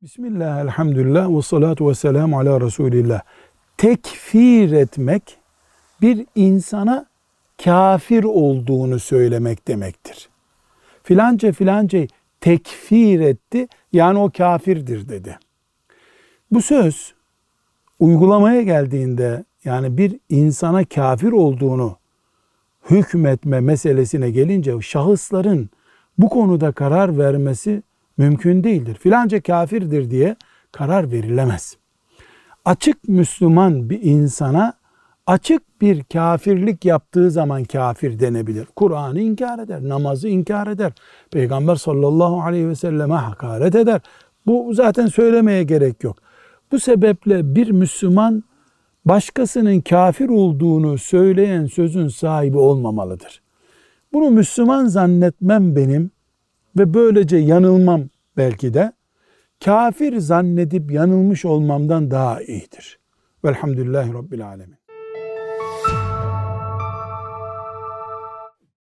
Bismillah, elhamdülillah, ve salatu ve selamu ala Resulillah. Tekfir etmek, bir insana kafir olduğunu söylemek demektir. Filanca filancayı tekfir etti, yani o kafirdir dedi. Bu söz uygulamaya geldiğinde, yani bir insana kafir olduğunu hükmetme meselesine gelince, şahısların bu konuda karar vermesi mümkün değildir. Filanca kafirdir diye karar verilemez. Açık Müslüman bir insana açık bir kafirlik yaptığı zaman kafir denebilir. Kur'an'ı inkar eder, namazı inkar eder, Peygamber sallallahu aleyhi ve selleme hakaret eder. Bu zaten söylemeye gerek yok. Bu sebeple bir Müslüman başkasının kafir olduğunu söyleyen sözün sahibi olmamalıdır. Bunu Müslüman zannetmem benim ve böylece yanılmam belki de kafir zannedip yanılmış olmamdan daha iyidir. Velhamdülillahi Rabbil Alemin.